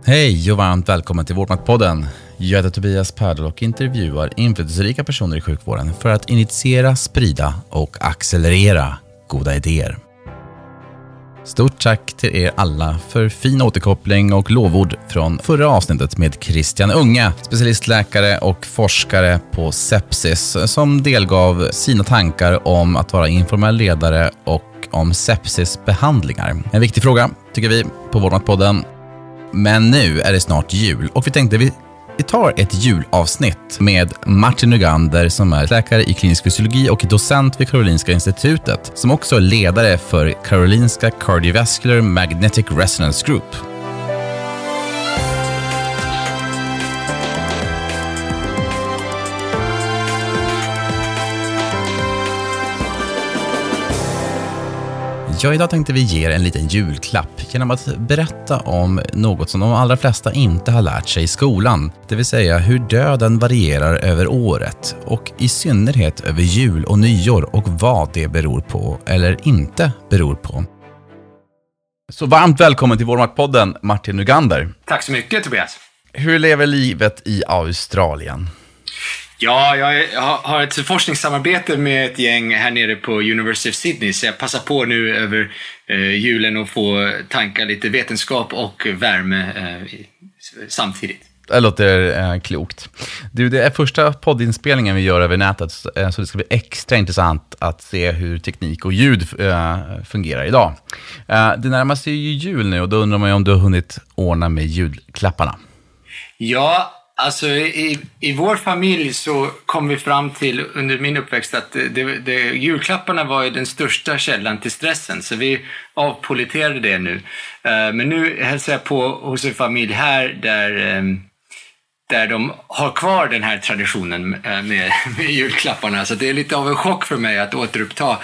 Hej och varmt välkommen till Vårdmaktpodden. Jag heter Tobias Pärdel och intervjuar inflytelserika personer i sjukvården för att initiera, sprida och accelerera goda idéer. Stort tack till er alla för fin återkoppling och lovord från förra avsnittet med Christian Unge, specialistläkare och forskare på sepsis, som delgav sina tankar om att vara informell ledare och om sepsisbehandlingar. En viktig fråga, tycker vi, på Vårdmaktpodden. Men nu är det snart jul och vi tänkte vi tar ett julavsnitt med Martin Nygander som är läkare i klinisk fysiologi och docent vid Karolinska institutet, som också är ledare för Karolinska Cardiovascular Magnetic Resonance Group. Ja, idag tänkte vi ge er en liten julklapp genom att berätta om något som de allra flesta inte har lärt sig i skolan. Det vill säga hur döden varierar över året och i synnerhet över jul och nyår och vad det beror på eller inte beror på. Så varmt välkommen till Vårdmaktpodden, Martin Nygander. Tack så mycket, Tobias. Hur lever livet i Australien? Ja, jag har ett forskningssamarbete med ett gäng här nere på University of Sydney, så jag passar på nu över julen och få tanka lite vetenskap och värme samtidigt. Det låter klokt. Du, det är första poddinspelningen vi gör över nätet, så det ska bli extra intressant att se hur teknik och ljud fungerar idag. Det närmar sig ju jul nu och då undrar man om du har hunnit ordna med julklapparna. Ja, alltså i vår familj så kom vi fram till under min uppväxt att julklapparna var ju den största källan till stressen, så vi avpoliterade det nu. Men nu hälsar jag på hos en familj här där de har kvar den här traditionen med julklapparna. Så det är lite av en chock för mig att återuppta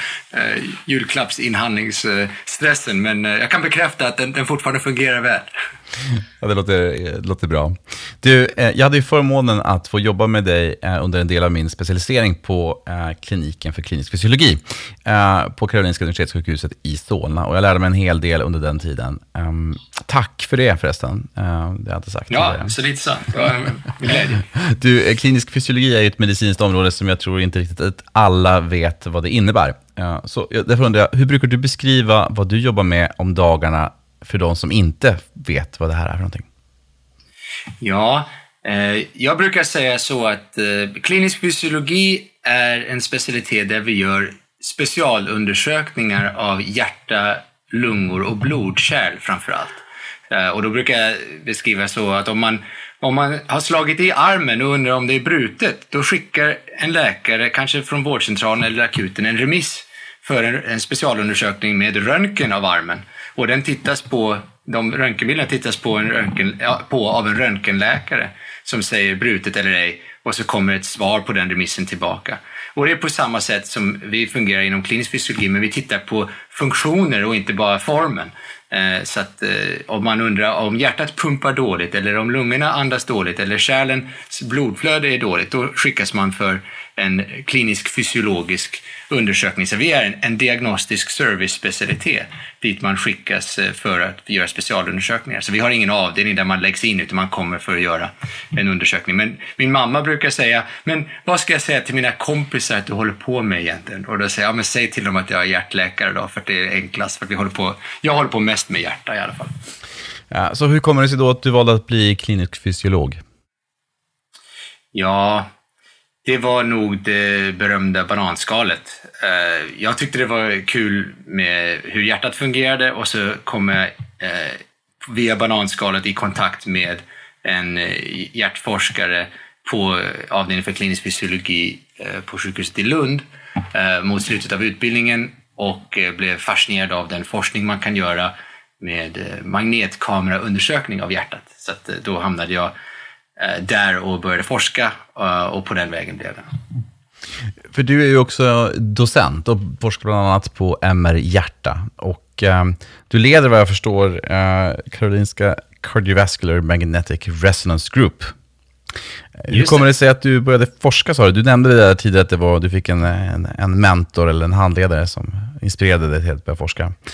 julklappsinhandlingsstressen, men jag kan bekräfta att den fortfarande fungerar väl. Ja, det låter bra. Du, jag hade ju förmånen att få jobba med dig under en del av min specialisering på kliniken för klinisk fysiologi på Karolinska universitetssjukhuset i Solna, och jag lärde mig en hel del under den tiden. Tack för det förresten, det har jag inte sagt. Ja, så lite så. Det var en glädje. Du, klinisk fysiologi är ju ett medicinskt område som jag tror inte riktigt att alla vet vad det innebär. Så därför undrar jag, hur brukar du beskriva vad du jobbar med om dagarna för de som inte vet vad det här är för någonting? Ja, jag brukar säga så att klinisk fysiologi är en specialitet där vi gör specialundersökningar av hjärta, lungor och blodkärl framförallt. Och då brukar jag beskriva så att om man har slagit i armen och undrar om det är brutet, då skickar en läkare, kanske från vårdcentralen eller akuten, en remiss för en specialundersökning med röntgen av armen. Och de röntgenbilderna tittas på av en röntgenläkare som säger brutet eller ej, och så kommer ett svar på den remissen tillbaka. Och det är på samma sätt som vi fungerar inom klinisk fysiologi, men vi tittar på funktioner och inte bara formen. Så att om man undrar om hjärtat pumpar dåligt eller om lungorna andas dåligt eller kärlens blodflöde är dåligt, då skickas man för en klinisk fysiologisk undersökning. Så vi är en diagnostisk service-specialitet dit man skickas för att göra specialundersökningar. Så vi har ingen avdelning där man läggs in, utan man kommer för att göra en undersökning. Men min mamma brukar säga, men vad ska jag säga till mina kompisar att du håller på med egentligen? Och då säger jag, men säg till dem att jag är hjärtläkare då, för att det är enklast. För att jag håller på mest med hjärta i alla fall. Ja, så hur kommer det sig då att du valde att bli klinisk fysiolog? Ja, det var nog det berömda bananskalet. Jag tyckte det var kul med hur hjärtat fungerade, och så kom jag via bananskalet i kontakt med en hjärtforskare på avdelningen för klinisk fysiologi på sjukhuset i Lund mot slutet av utbildningen, och blev fascinerad av den forskning man kan göra med magnetkameraundersökning av hjärtat. Så att då hamnade jag där och började forska, och på den vägen blev det. För du är ju också docent och forskar bland annat på MR-hjärta, och du leder, vad jag förstår, Karolinska Cardiovascular Magnetic Resonance Group. Hur kommer det sig att du började forska, sa du? Du nämnde det där tidigare att du fick en mentor eller en handledare som inspirerade dig till att börja forska.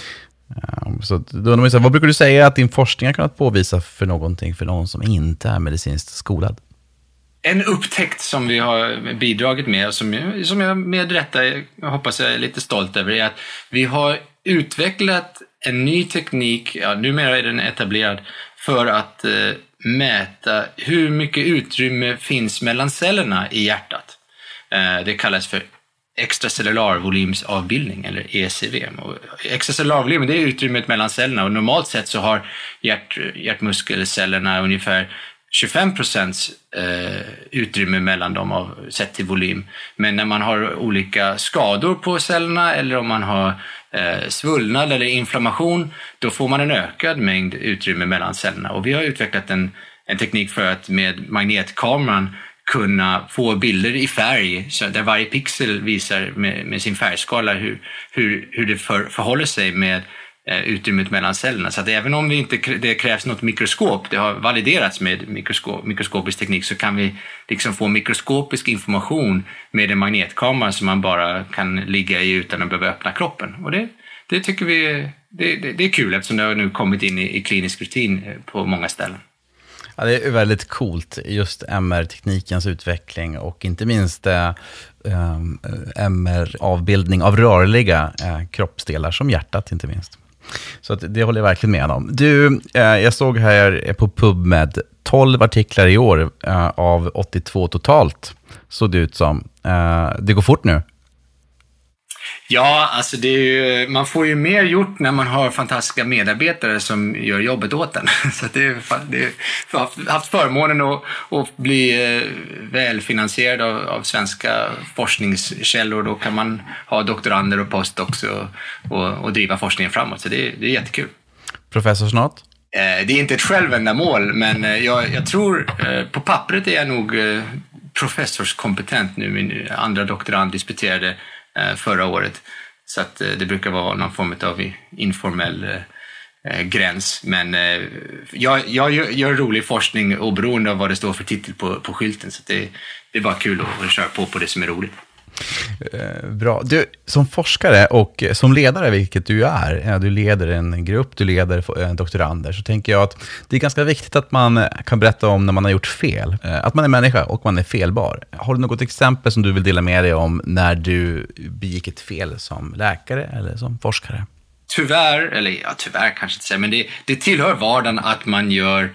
Så då undrar man så här, vad brukar du säga att din forskning har kunnat påvisa för någonting för någon som inte är medicinskt skolad? En upptäckt som vi har bidragit med och som jag med rätta hoppas jag är lite stolt över är att vi har utvecklat en ny teknik, numera är den etablerad, för att mäta hur mycket utrymme finns mellan cellerna i hjärtat. Det kallas för extracellulärvolymsavbildning eller ECV. Extracellulärvolym, det är utrymmet mellan cellerna och normalt sett så har hjärtmuskelcellerna ungefär 25% utrymme mellan dem sett till volym. Men när man har olika skador på cellerna eller om man har svullnad eller inflammation, då får man en ökad mängd utrymme mellan cellerna. Och vi har utvecklat en teknik för att med magnetkameran kunna få bilder i färg där varje pixel visar med sin färgskala hur det förhåller sig med utrymmet mellan cellerna. Så att även om det krävs något mikroskop, det har validerats med mikroskopisk teknik, så kan vi liksom få mikroskopisk information med en magnetkamera som man bara kan ligga i utan att behöva öppna kroppen. Och det tycker vi det är kul eftersom det har nu kommit in i klinisk rutin på många ställen. Ja, det är väldigt coolt, just MR-teknikens utveckling och inte minst MR-avbildning av rörliga kroppsdelar som hjärtat inte minst. Så att det håller jag verkligen med om. Du, jag såg här på PubMed 12 artiklar i år av 82 totalt, såg det ut som. Det går fort nu. Ja, alltså man får ju mer gjort när man har fantastiska medarbetare som gör jobbet åt en. Så att jag har haft förmånen att bli välfinansierad av svenska forskningskällor. Då kan man ha doktorander och postdocs och driva forskningen framåt. Så det är jättekul. Professor snart? Det är inte ett självändamål, men jag tror på pappret är jag nog professorskompetent nu. Min andra doktorand disputerade förra året. Så att det brukar vara någon form av informell gräns. Men jag gör rolig forskning oberoende av vad det står för titel på skylten. Så det är bara kul att köra på det som är roligt. Bra. Du, som forskare och som ledare, vilket du är, du leder en grupp, du leder doktorander, så tänker jag att det är ganska viktigt att man kan berätta om när man har gjort fel. Att man är människa och man är felbar. Har du något exempel som du vill dela med dig om när du begick ett fel som läkare eller som forskare? Tyvärr kanske inte säga, men det tillhör vardagen att man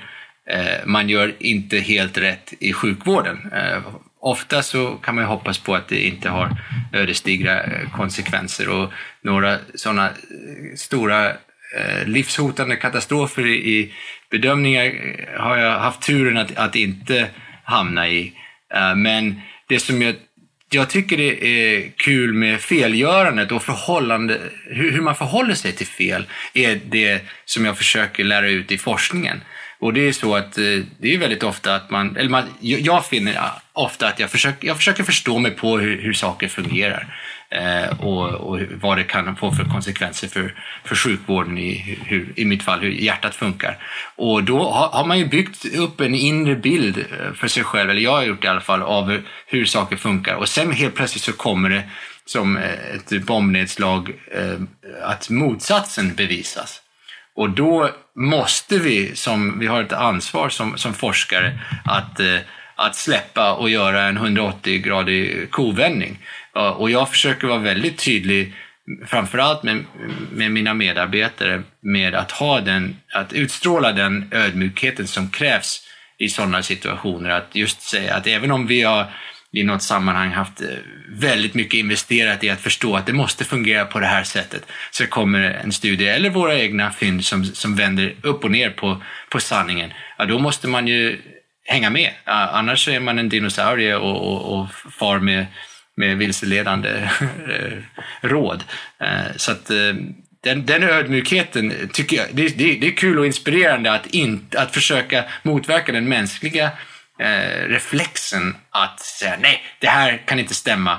gör inte helt rätt i sjukvården. Ofta så kan man hoppas på att det inte har ödesdigra konsekvenser, och några sådana stora livshotande katastrofer i bedömningar har jag haft turen att inte hamna i. Men det som jag tycker det är kul med felgörandet och hur man förhåller sig till fel är det som jag försöker lära ut i forskningen. Och det är så att det är väldigt ofta att jag finner ofta att jag försöker förstå mig på hur saker fungerar och vad det kan få för konsekvenser för sjukvården i mitt fall, hur hjärtat funkar. Och då har man ju byggt upp en inre bild för sig själv, eller jag har gjort det i alla fall, av hur saker funkar. Och sen helt plötsligt så kommer det som ett bombnedslag att motsatsen bevisas. Och då måste vi har ett ansvar som forskare att släppa och göra en 180-gradig kovändning. Och jag försöker vara väldigt tydlig, framförallt med mina medarbetare, med att utstråla den ödmjukheten som krävs i sådana situationer. Att just säga att även om vi har i något sammanhang haft väldigt mycket investerat i att förstå att det måste fungera på det här sättet, så kommer en studie eller våra egna fynd som vänder upp och ner på sanningen. Ja, då måste man ju hänga med. Annars är man en dinosaurie och far med vilseledande råd. Så att den ödmjukheten tycker jag, det är kul och inspirerande att försöka motverka den mänskliga reflexen att säga nej, det här kan inte stämma.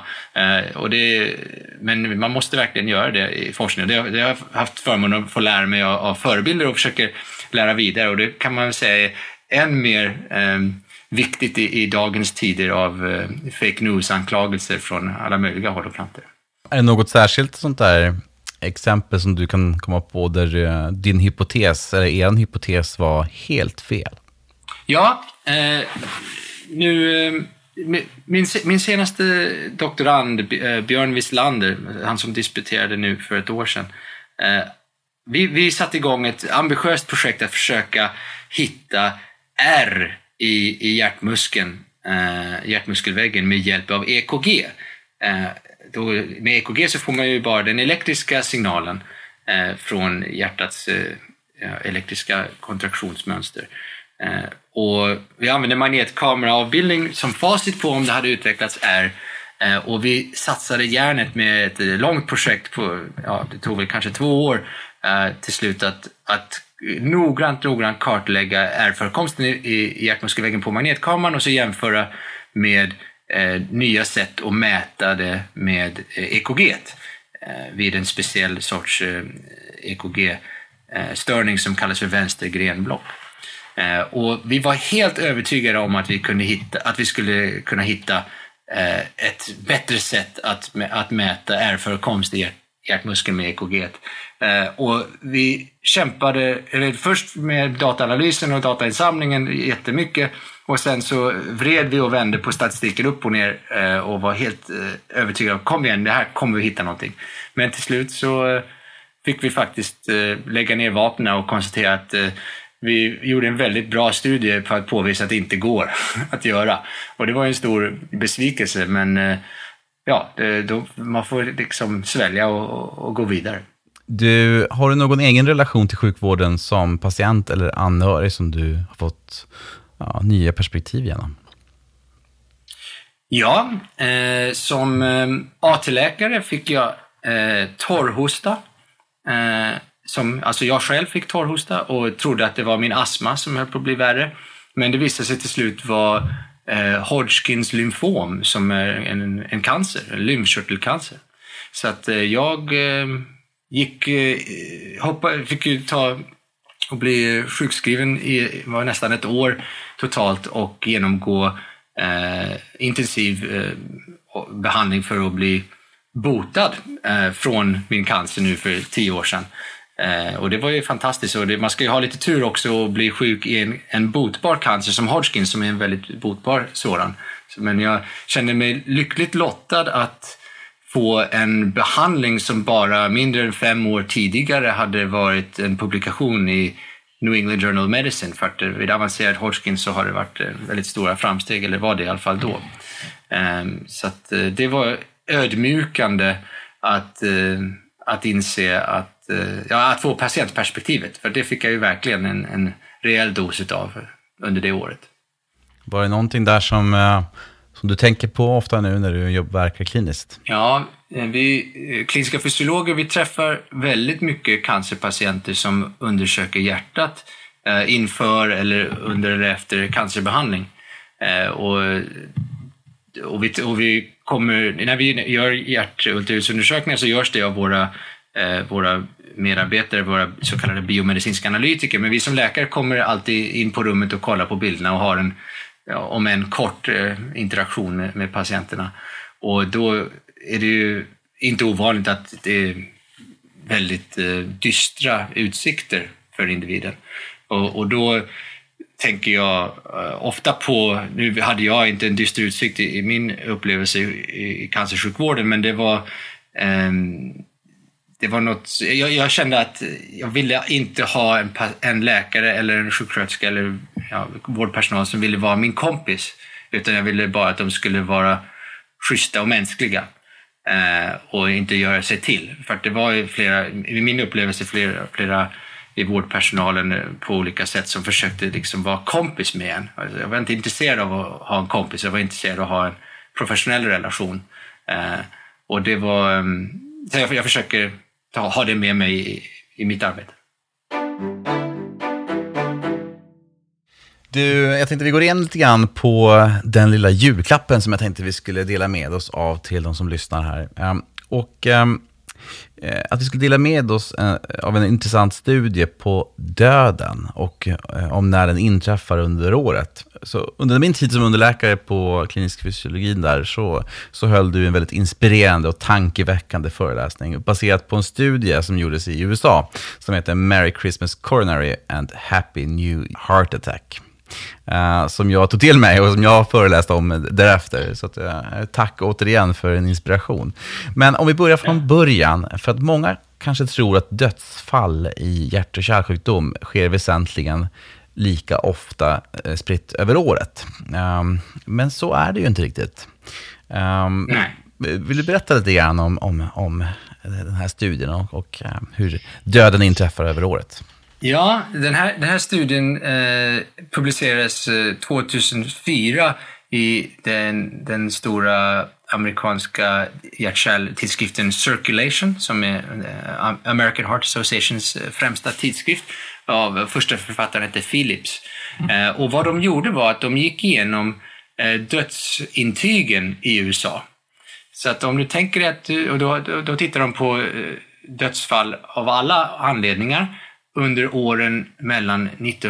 Men man måste verkligen göra det i forskningen. Det har jag haft förmånen att få lära mig av förebilder och försöker lära vidare. Och det kan man säga är än mer viktigt i dagens tider av fake news-anklagelser från alla möjliga håll och kanter. Är det något särskilt sånt där exempel som du kan komma på där din hypotes, eller er hypotes var helt fel? Ja, min senaste doktorand, Björn Wislander, han som disputerade nu för ett år sedan, vi satte igång ett ambitiöst projekt att försöka hitta ärr i hjärtmuskelväggen med hjälp av EKG. Med EKG så får man ju bara den elektriska signalen från hjärtats elektriska kontraktionsmönster. Och vi använde magnetkameraavbildning som facit på om det hade utvecklats ärr. Och vi satsade järnet med ett långt projekt på, det tog väl kanske 2 år till slut att noggrant kartlägga ärrförekomsten i hjärtmuskelväggen på magnetkameran och så jämföra med nya sätt att mäta det med EKG vid en speciell sorts EKG-störning som kallas för vänstergrenblock. Och vi var helt övertygade om att vi skulle kunna hitta ett bättre sätt att mäta ärrförekomst i hjärtmuskeln med EKG. Och vi kämpade först med dataanalysen och datainsamlingen jättemycket, och sen så vred vi och vände på statistiken upp och ner och var helt övertygade om, kom igen, det här kommer vi hitta någonting. Men till slut så fick vi faktiskt lägga ner vapnen och konstatera att vi gjorde en väldigt bra studie för att påvisa att det inte går att göra. Och det var en stor besvikelse, men man får liksom svälja och gå vidare. Har du någon egen relation till sjukvården som patient eller anhörig som du har fått nya perspektiv genom? Ja, som AT-läkare fick jag torrhosta. Alltså jag själv fick torrhosta och trodde att det var min astma som höll på att bli värre. Men det visade sig till slut vara Hodgkins lymfom, som är en cancer, en lymfkörtelcancer. Så att jag fick ju ta och bli sjukskriven var nästan ett år totalt och genomgå intensiv behandling för att bli botad från min cancer nu för 10 år sedan. Och det var ju fantastiskt. Och man ska ju ha lite tur också och bli sjuk i en botbar cancer som Hodgkin, som är en väldigt botbar sådan. Men jag kände mig lyckligt lottad att få en behandling som bara mindre än 5 år tidigare hade varit en publikation i New England Journal of Medicine. För att vid avancerad Hodgkin så har det varit väldigt stora framsteg, eller var det i alla fall då. Så att det var ödmjukande att inse att få patientperspektivet. För det fick jag ju verkligen en rejäl dos av under det året. Var det någonting där som du tänker på ofta nu när du verkar kliniskt? Ja, vi kliniska fysiologer, vi träffar väldigt mycket cancerpatienter som undersöker hjärtat inför eller under eller efter cancerbehandling. Och vi kommer, när vi gör hjärtultraljudsundersökningar så görs det av våra medarbetare, våra så kallade biomedicinska analytiker. Men vi som läkare kommer alltid in på rummet och kollar på bilderna och har om en kort interaktion med patienterna. Och då är det ju inte ovanligt att det är väldigt dystra utsikter för individen. Och då tänker jag ofta på, nu hade jag inte en dyster utsikt i min upplevelse i cancersjukvården, men det var något, jag kände att jag ville inte ha en läkare eller en sjuksköterska eller vårdpersonal som ville vara min kompis, utan jag ville bara att de skulle vara schyssta och mänskliga och inte göra sig till. För att det var ju i min upplevelse flera i vårdpersonalen på olika sätt som försökte liksom vara kompis med en. Alltså, jag var inte intresserad av att ha en kompis, jag var intresserad av att ha en professionell relation. Och det var, så jag försöker ha det med mig i mitt arbete. Jag tänkte vi går in lite grann på den lilla julklappen som jag tänkte vi skulle dela med oss av till de som lyssnar här. att vi skulle dela med oss av en intressant studie på döden och om när den inträffar under året. Så under min tid som underläkare på klinisk fysiologin där så höll du en väldigt inspirerande och tankeväckande föreläsning baserat på en studie som gjordes i USA som heter Merry Christmas Coronary and Happy New Heart Attack. Som jag tog till mig och som jag föreläste om därefter. Så att, tack återigen för en inspiration. Men om vi börjar från början, för att många kanske tror att dödsfall i hjärt- och kärlsjukdom sker väsentligen lika ofta spritt över året. Men så är det ju inte riktigt. Vill du berätta lite grann om den här studien och hur döden inträffar över året? Ja, den här studien publicerades 2004 i den stora amerikanska hjärt-kärltidskriften Circulation, som är American Heart Associations främsta tidskrift. Av första författaren heter Phillips. Och vad de gjorde var att de gick igenom dödsintygen i USA. Så att om du tänker att då tittar de på dödsfall av alla anledningar under åren mellan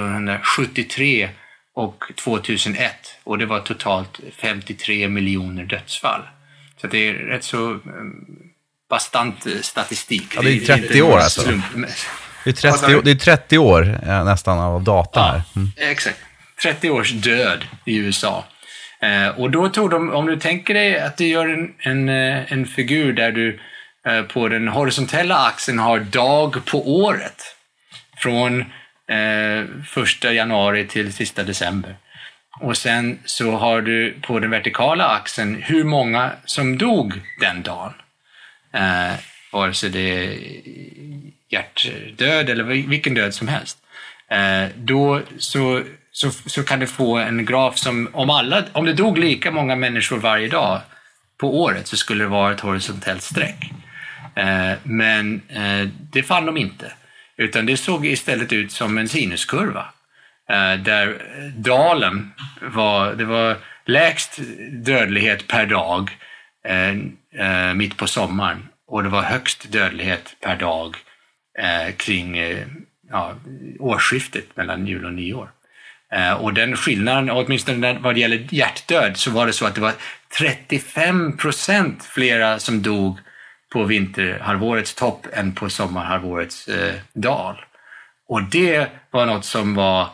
1973 och 2001. Och det var totalt 53 miljoner dödsfall. Så det är rätt så bastant statistik. Ja, det är 30 år alltså. Det är 30 år nästan av data här. Exakt. 30 års död i USA. Och då tog de, om du tänker dig att du gör en figur där du på den horisontella axeln har dag på året. Från 1 januari till sista december. Och sen så har du på den vertikala axeln hur många som dog den dagen. Vare sig det är hjärtdöd eller vilken död som helst. Då så kan du få en graf som om det dog lika många människor varje dag på året så skulle det vara ett horisontellt streck. Men det fann de inte. Utan det såg istället ut som en sinuskurva. Där dalen det var lägst dödlighet per dag mitt på sommaren. Och det var högst dödlighet per dag kring årsskiftet mellan jul och nyår. Och den skillnaden, åtminstone vad det gäller hjärtdöd, så var det så att det var 35% flera som dog på vinterhalvårets topp än på sommarhalvårets dal. Och det var något som var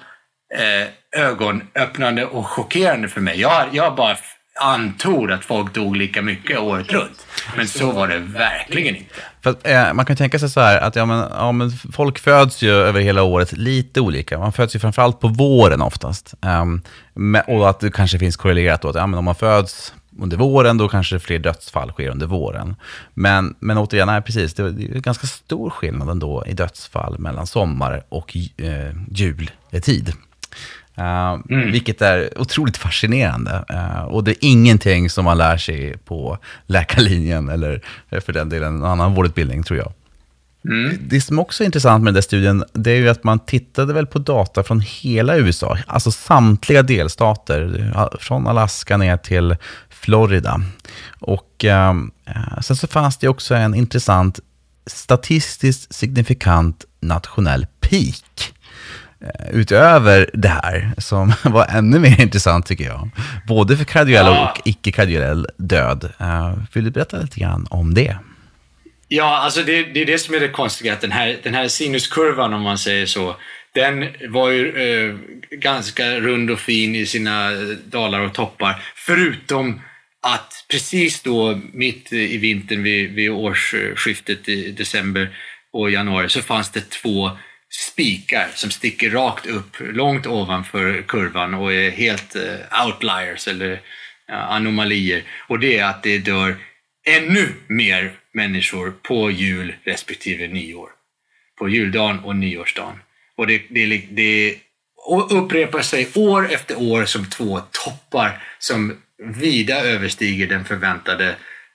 ögonöppnande och chockerande för mig. Jag bara antog att folk dog lika mycket året runt. Men så var det verkligen inte. För man kan tänka sig så här att men folk föds ju över hela året lite olika. Man föds ju framförallt på våren oftast. Och att det kanske finns korrelerat då att om man föds under våren, då kanske fler dödsfall sker under våren. Men återigen, nej, precis, det är ganska stor skillnad ändå i dödsfall mellan sommar och juletid. Vilket är otroligt fascinerande. Och det är ingenting som man lär sig på läkarlinjen eller för den delen en annan vårdutbildning, tror jag. Det som också är intressant med den där studien, det är ju att man tittade väl på data från hela USA, alltså samtliga delstater, från Alaska ner till Florida. Och sen så fanns det också en intressant statistiskt signifikant nationell peak utöver det här, som var ännu mer intressant tycker jag. Både för kardioell och icke-kardioell död. Vill du berätta lite grann om det? Ja, alltså det är det som är det konstiga, att den här sinuskurvan, om man säger så, den var ju ganska rund och fin i sina dalar och toppar, förutom att precis då mitt i vintern vid årsskiftet i december och januari så fanns det 2 spikar som sticker rakt upp långt ovanför kurvan och är helt outliers eller anomalier. Och det är att det dör ännu mer människor på jul respektive nyår. På juldagen och nyårsdagen. Och det upprepar sig år efter år som 2 toppar som vida överstiger den förväntade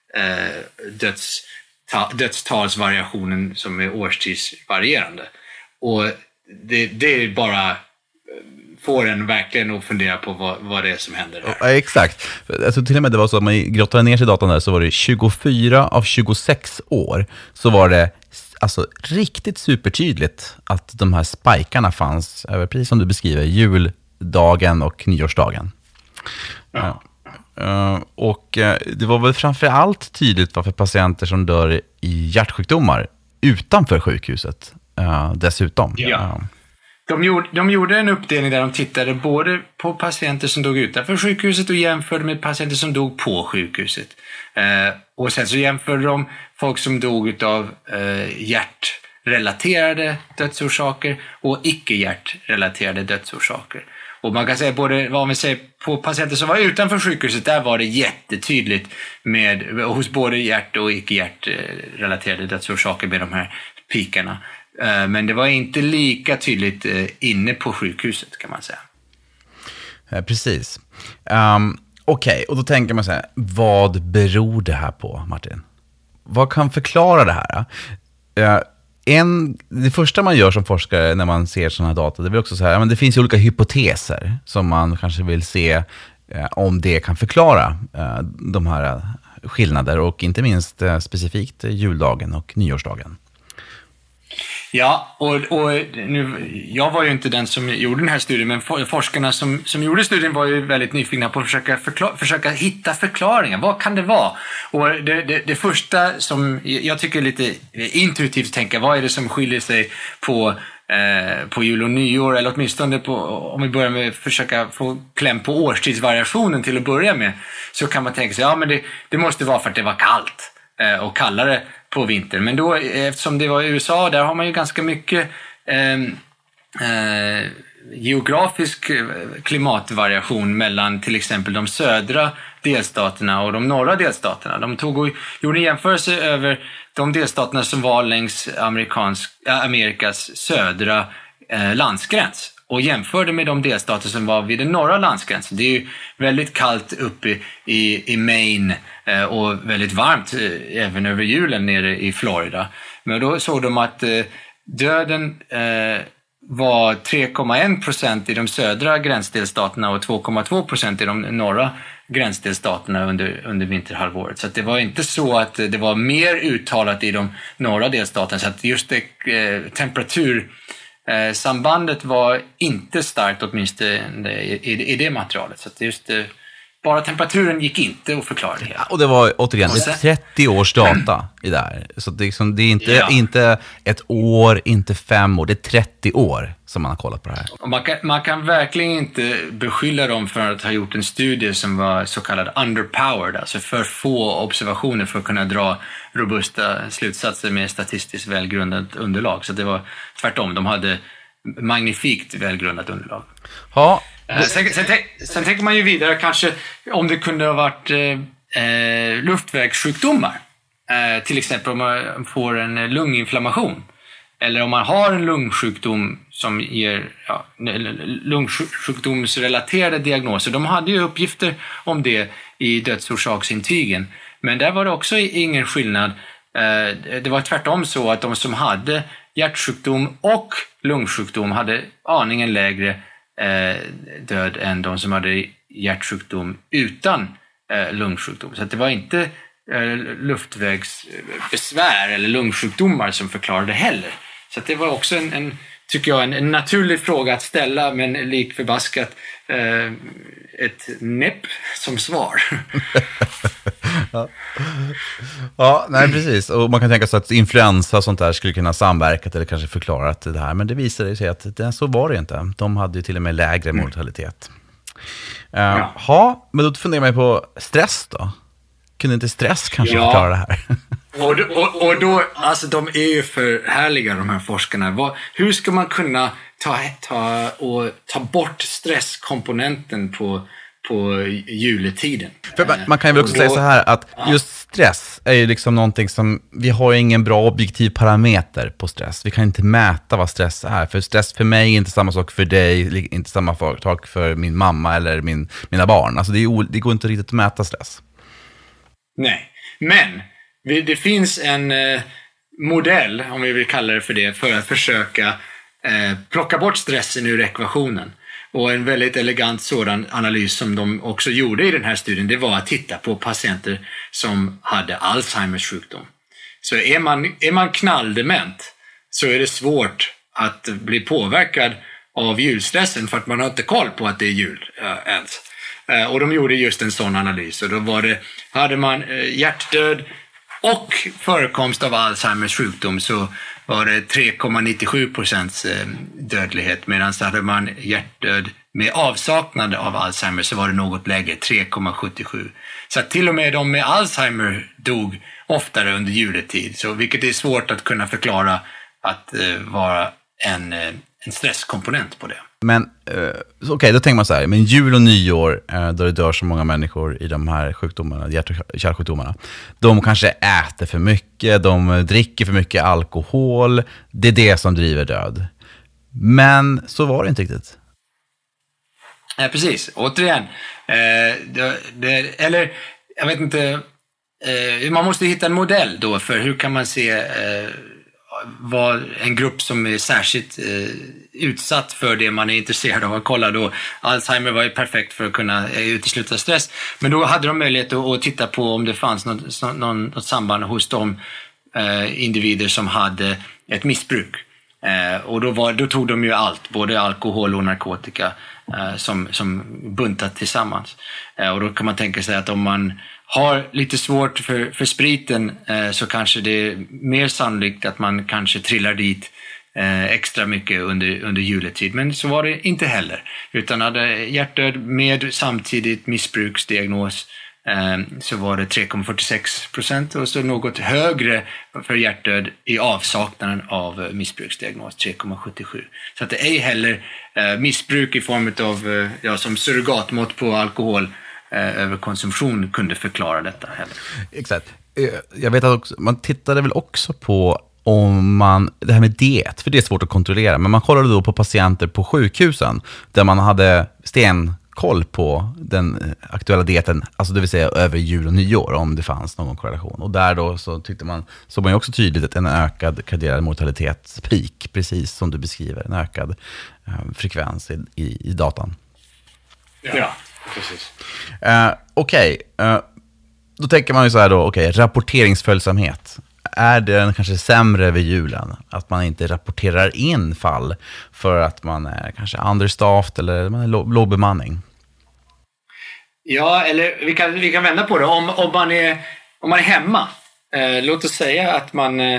dödstalsvariationen som är årstidsvarierande. Och det är bara får en verkligen att fundera på vad det är som händer där. Ja, exakt. Alltså, till och med det var så att man grottade ner sig i datan där, så var det 24 av 26 år så var det alltså riktigt supertydligt att de här spikarna fanns över, precis som du beskriver, juldagen och nyårsdagen. Ja. Och det var väl framför allt tydligt varför patienter som dör i hjärtsjukdomar utanför sjukhuset dessutom. Ja. De gjorde en uppdelning där de tittade både på patienter som dog utanför sjukhuset och jämförde med patienter som dog på sjukhuset. Och sen så jämförde de folk som dog av hjärtrelaterade dödsorsaker och icke-hjärtrelaterade dödsorsaker. Och man kan säga både, vad vi säger, på patienter som var utanför sjukhuset, där var det jättetydligt hos både hjärt- och icke-hjärtrelaterade dödsorsaker med de här pikarna. Men det var inte lika tydligt inne på sjukhuset, kan man säga. Precis. Okej, och då tänker man så här, vad beror det här på, Martin? Vad kan förklara det här? Det första man gör som forskare när man ser sådana här data, det är också så här, men det finns ju olika hypoteser som man kanske vill se om det kan förklara de här skillnader, och inte minst specifikt juldagen och nyårsdagen. Ja, och nu, jag var ju inte den som gjorde den här studien, men forskarna som gjorde studien var ju väldigt nyfikna på att försöka hitta förklaringar. Vad kan det vara? Och det första som jag tycker är lite intuitivt tänka, vad är det som skiljer sig på jul och nyår, eller åtminstone om vi börjar med att försöka få kläm på årstidsvariationen till att börja med, så kan man tänka sig, ja men det måste vara för att det var kallt och kallare på vintern. Men då, eftersom det var i USA, där har man ju ganska mycket geografisk klimatvariation mellan till exempel de södra delstaterna och de norra delstaterna. De gjorde en jämförelse över de delstaterna som var längs Amerikas södra landsgräns och jämförde med de delstater som var vid den norra landsgränsen. Det är ju väldigt kallt uppe i Maine och väldigt varmt även över julen nere i Florida. Men då såg de att döden var 3,1% i de södra gränsdelstaterna och 2,2% i de norra gränsdelstaterna under vinterhalvåret. Så att det var inte så att det var mer uttalat i de norra delstaterna, så att just temperatursambandet var inte starkt, åtminstone i det materialet. Så att just bara temperaturen gick inte att förklara det. Ja, och det var återigen 30 års data i det här. Så det är inte ett år, inte 5 år, det är 30 år som man har kollat på det här. Och man kan verkligen inte beskylla dem för att ha gjort en studie som var så kallad underpowered, alltså för få observationer för att kunna dra robusta slutsatser med statistiskt välgrundat underlag. Så det var tvärtom, de hade magnifikt välgrundat underlag. Ja. Sen tänker man ju vidare kanske om det kunde ha varit luftvägssjukdomar. Till exempel om man får en lunginflammation. Eller om man har en lungsjukdom som ger lungsjukdomsrelaterade diagnoser. De hade ju uppgifter om det i dödsorsaksintygen. Men där var det också ingen skillnad. Det var tvärtom så att de som hade hjärtsjukdom och lungsjukdom hade aningen lägre död än de som hade hjärtsjukdom utan lungsjukdom. Så att det var inte luftvägsbesvär eller lungsjukdomar som förklarade heller. Så att det var också tycker jag, en naturlig fråga att ställa, men lik förbaskat ett näpp som svar. Ja, nej precis. Och man kan tänka sig att influensa och sånt där skulle kunna samverka eller kanske förklara det här. Men det visade sig att så var det inte. De hade ju till och med lägre mortalitet. Men då funderar man på stress då. Kunde inte stress kanske förklara det här? Och då, alltså de är ju för härliga, de här forskarna. Hur ska man kunna ta bort stresskomponenten på juletiden? För man kan ju också säga så här att just stress är ju liksom någonting som, vi har ju ingen bra objektiv parameter på stress. Vi kan inte mäta vad stress är. För stress för mig är inte samma sak för dig, inte samma sak för min mamma eller mina barn. Alltså det går inte riktigt att mäta stress. Nej, men det finns en modell, om vi vill kalla det för det, för att försöka plocka bort stressen ur ekvationen. Och en väldigt elegant sådan analys som de också gjorde i den här studien, det var att titta på patienter som hade Alzheimers sjukdom. Så är man knalldement så är det svårt att bli påverkad av julstressen för att man har inte koll på att det är jul ens. Och de gjorde just en sån analys, och då hade man hjärtdöd och förekomst av Alzheimers sjukdom, så var det 3,97% dödlighet, medan så hade man hjärtdöd med avsaknad av Alzheimer så var det något lägre, 3,77. Så att till och med de med Alzheimer dog oftare under juletid, så vilket är svårt att kunna förklara att vara en stresskomponent på det. Men okej, då tänker man så här, men jul och nyår, då det dör så många människor i de här sjukdomarna, hjärt- och kärlsjukdomarna, de kanske äter för mycket, de dricker för mycket alkohol, det är det som driver död. Men så var det inte riktigt. Precis, återigen, eller jag vet inte, man måste hitta en modell då för hur kan man se vad en grupp som är särskilt utsatt för det man är intresserad av att kolla då. Alzheimer var ju perfekt för att kunna utesluta stress, men då hade de möjlighet att titta på om det fanns något samband hos de individer som hade ett missbruk. Och då tog de ju allt, både alkohol och narkotika som buntat tillsammans. Och då kan man tänka sig att om man har lite svårt för spriten så kanske det är mer sannolikt att man kanske trillar dit extra mycket under juletid. Men så var det inte heller, utan hade hjärtdöd med samtidigt missbruksdiagnos så var det 3,46% och så något högre för hjärtdöd i avsaknaden av missbruksdiagnos, 3,77. Så att det är heller missbruk i form av som surrogatmått på alkohol överkonsumtion kunde förklara detta heller. Exakt. Jag vet att också, man tittade väl också på det här med diet, för det är svårt att kontrollera, men man kollade då på patienter på sjukhusen där man hade stenkoll på den aktuella dieten, alltså det vill säga över jul och nyår, om det fanns någon korrelation. Och där då så såg man ju också tydligt att en ökad kardiell mortalitetspik, precis som du beskriver, en ökad frekvens i datan. Ja, precis. Okej. Då tänker man ju så här då, rapporteringsföljsamhet. Är den kanske sämre vid julen? Att man inte rapporterar in fall för att man är kanske understaffed eller man är låg bemanning? Ja, eller vi kan vända på det. Om man är hemma, låt oss säga att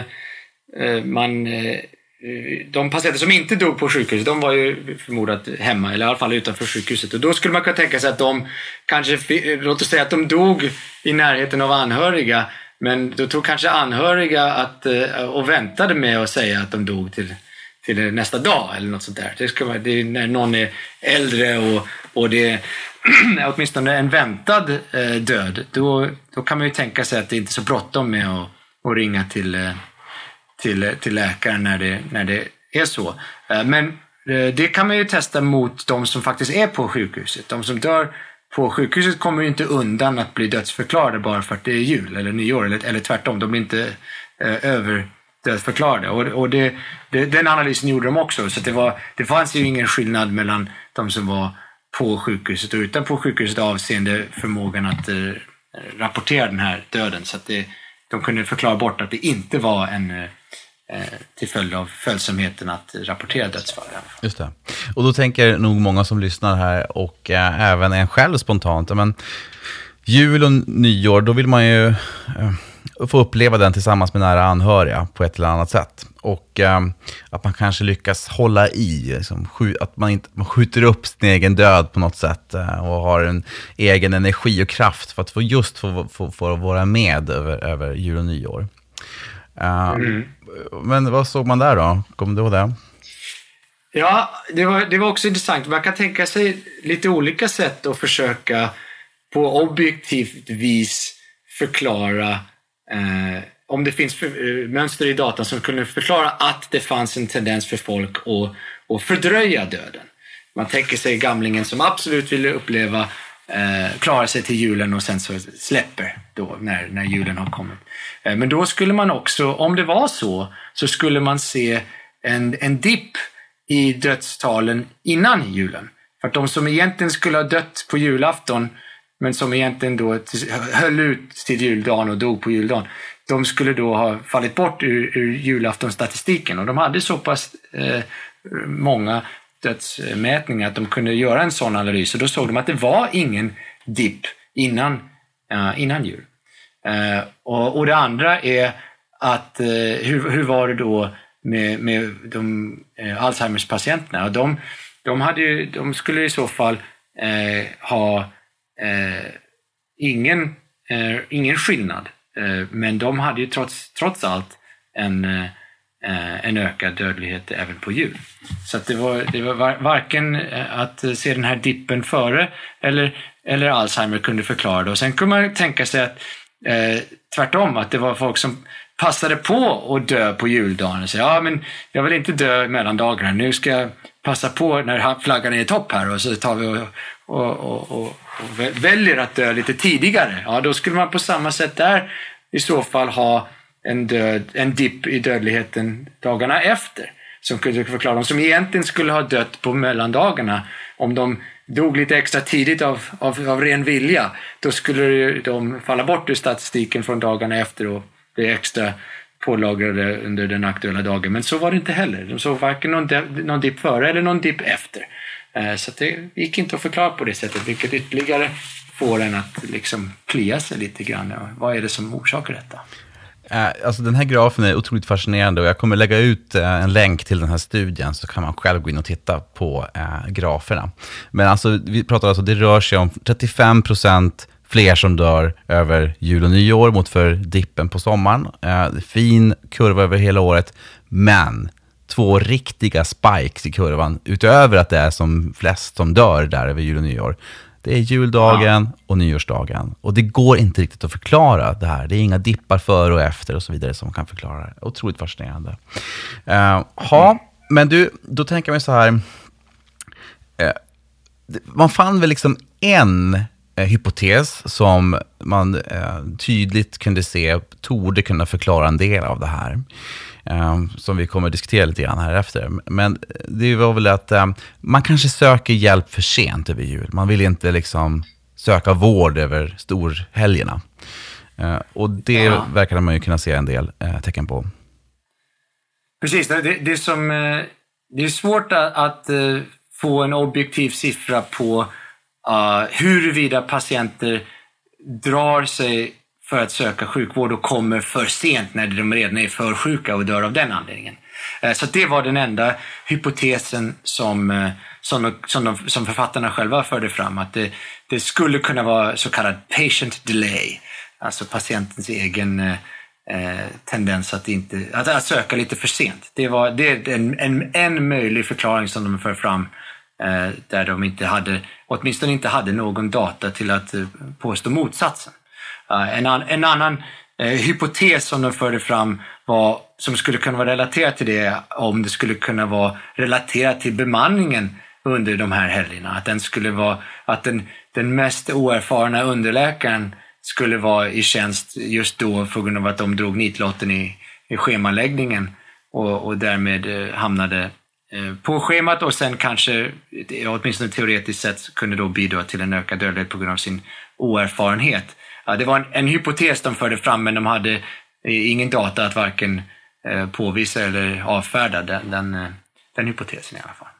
de patienter som inte dog på sjukhuset, de var ju förmodat hemma, eller i alla fall utanför sjukhuset. Och då skulle man kunna tänka sig att de kanske, låt oss säga att de dog i närheten av anhöriga, men då tog kanske anhöriga och väntade med att säga att de dog till nästa dag eller något sånt där. Det är när någon är äldre och det är åtminstone en väntad död, då kan man ju tänka sig att det inte är så bråttom med att ringa till läkaren när det är så. Men det kan man ju testa mot de som faktiskt är på sjukhuset. De som dör på sjukhuset kommer ju inte undan att bli dödsförklarade bara för att det är jul eller nyår eller tvärtom. De blir inte överdödsförklarade. Och den analysen gjorde de också. Så det fanns ju ingen skillnad mellan de som var på sjukhuset och utanpå sjukhuset avseende förmågan att rapportera den här döden. Så att de kunde förklara bort att det inte var till följd av följsamheten att rapportera dödsfall. Just det. Och då tänker nog många som lyssnar här och även en själv spontant, men jul och nyår, då vill man ju få uppleva den tillsammans med nära anhöriga på ett eller annat sätt. Och att man kanske lyckas hålla i, liksom, att man skjuter upp sin egen död på något sätt och har en egen energi och kraft för att få vara med över jul och nyår. Men vad såg man där då? Kommer du ihåg det? Ja, det var också intressant. Man kan tänka sig lite olika sätt att försöka på objektivt vis förklara om det finns mönster i datan som kunde förklara att det fanns en tendens för folk att fördröja döden. Man tänker sig gamlingen som absolut ville klara sig till julen och sen så släpper då när julen har kommit. Men då skulle man också, om det var så skulle man se en dipp i dödstalen innan julen. För att de som egentligen skulle ha dött på julafton, men som egentligen då höll ut till juldagen och dog på juldagen, de skulle då ha fallit bort ur julaftonstatistiken. Och de hade så pass många dödsmätningar att de kunde göra en sån analys. Och då såg de att det var ingen dipp innan jul. Och det andra är att hur var det då med de Alzheimers patienterna? De skulle i så fall ha ingen skillnad, men de hade ju trots allt en ökad dödlighet även på jul. Så att det var varken att se den här dippen före eller Alzheimer kunde förklara det. Och sen kunde man tänka sig att tvärtom, att det var folk som passade på att dö på juldagen och säga, men jag vill inte dö mellan dagarna, nu ska jag passa på när flaggan är i topp här, och så tar vi och väljer att dö lite tidigare. Ja, då skulle man på samma sätt där i så fall ha en dipp i dödligheten dagarna efter, som kunde förklara de som egentligen skulle ha dött på mellandagarna. Om de dog lite extra tidigt av ren vilja, då skulle de falla bort ur statistiken från dagarna efter och bli extra pålagrade under den aktuella dagen. Men så var det inte heller. De såg varken någon dipp före eller någon dipp efter. Så det gick inte att förklara på det sättet, vilket ytterligare får en att liksom klia sig lite grann. Vad är det som orsakar detta? Alltså den här grafen är otroligt fascinerande, och jag kommer lägga ut en länk till den här studien, så kan man själv gå in och titta på graferna. Men alltså, vi pratar alltså, det rör sig om 35% fler som dör över jul och nyår mot för dippen på sommaren. Fin kurva över hela året, men 2 riktiga spikes i kurvan, utöver att det är som flest som dör där över jul och nyår. Det är juldagen och nyårsdagen. Och det går inte riktigt att förklara det här. Det är inga dippar före och efter och så vidare som kan förklara det. Otroligt fascinerande. Men då tänker man så här. Man fann väl liksom en hypotes som man tydligt kunde se torde kunna förklara en del av det här. Som vi kommer att diskutera lite grann här efter. Men det var väl att man kanske söker hjälp för sent över jul. Man vill inte liksom söka vård över storhelgerna. Och det verkar man ju kunna se en del tecken på. Precis, det är svårt att få en objektiv siffra på huruvida patienter drar sig för att söka sjukvård och kommer för sent när de redan är för sjuka och dör av den anledningen. Så det var den enda hypotesen som författarna själva förde fram, att det skulle kunna vara så kallad patient delay, alltså patientens egen tendens att söka lite för sent. Det är en möjlig förklaring som de för fram, där de åtminstone inte hade någon data till att påstå motsatsen. En annan hypotes som de förde fram som skulle kunna vara relaterat till det, om det skulle kunna vara relaterat till bemanningen under de här helgerna. Att den skulle vara att den mest oerfarna underläkaren skulle vara i tjänst just då på grund av att de drog nitlotten i schemaläggningen och därmed hamnade på schemat, och sen kanske åtminstone teoretiskt sett kunde då bidra till en ökad dödlighet på grund av sin oerfarenhet. Det var en hypotes de förde fram, men de hade ingen data att varken påvisa eller avfärda den hypotesen i alla fall.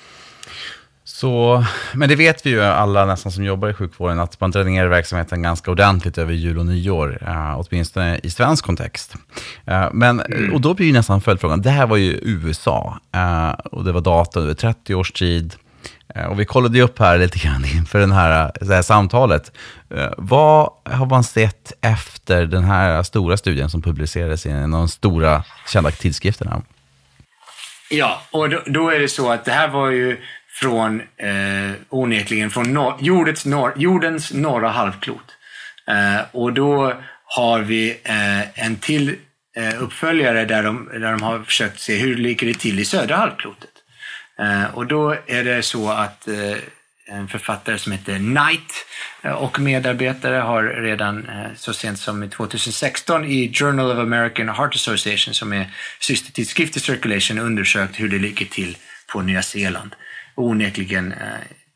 Så, men det vet vi ju alla nästan som jobbar i sjukvården, att man drar ner verksamheten ganska ordentligt över jul och nyår, åtminstone i svensk kontext. Och då blir ju nästan följdfrågan, det här var ju USA och det var data över 30 års tid. Och vi kollade ju upp här lite grann inför det här samtalet. Vad har man sett efter den här stora studien som publicerades i en av de stora kända tidskrifterna? Ja, och då är det så att det här var ju från onekligen från jordens norra halvklot. Och då har vi en till uppföljare där de har försökt se hur ligger det till i södra halvklotet. Och då är det så att en författare som heter Knight och medarbetare har redan så sent som 2016 i Journal of American Heart Association, som är systertidskrift i circulation, undersökt hur det ligger till på Nya Zeeland. Och onekligen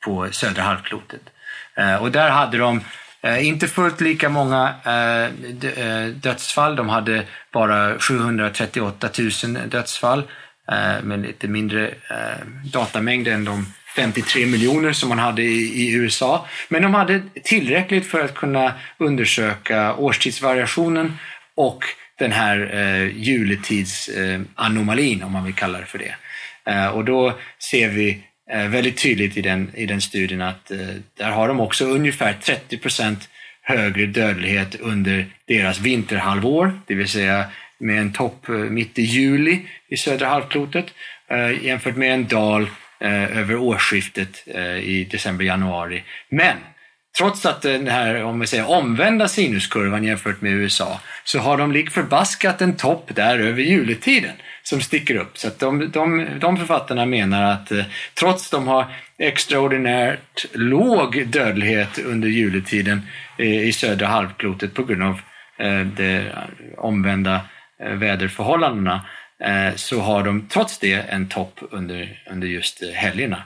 på södra halvklotet. Och där hade de inte fullt lika många dödsfall. De hade bara 738 000 dödsfall, med lite mindre datamängd än de 53 miljoner som man hade i USA. Men de hade tillräckligt för att kunna undersöka årstidsvariationen och den här juletidsanomaliin, om man vill kalla det för det. Och då ser vi väldigt tydligt i den studien att där har de också ungefär 30% högre dödlighet under deras vinterhalvår, det vill säga med en topp mitt i juli i södra halvklotet, jämfört med en dal över årsskiftet i december-januari. Men trots att den här, om vi säger, omvända sinuskurvan jämfört med USA, så har de lik förbaskat en topp där över juletiden som sticker upp. Så att de författarna menar att trots de har extraordinärt låg dödlighet under juletiden i södra halvklotet på grund av de omvända väderförhållandena, så har de trots det en topp under just helgerna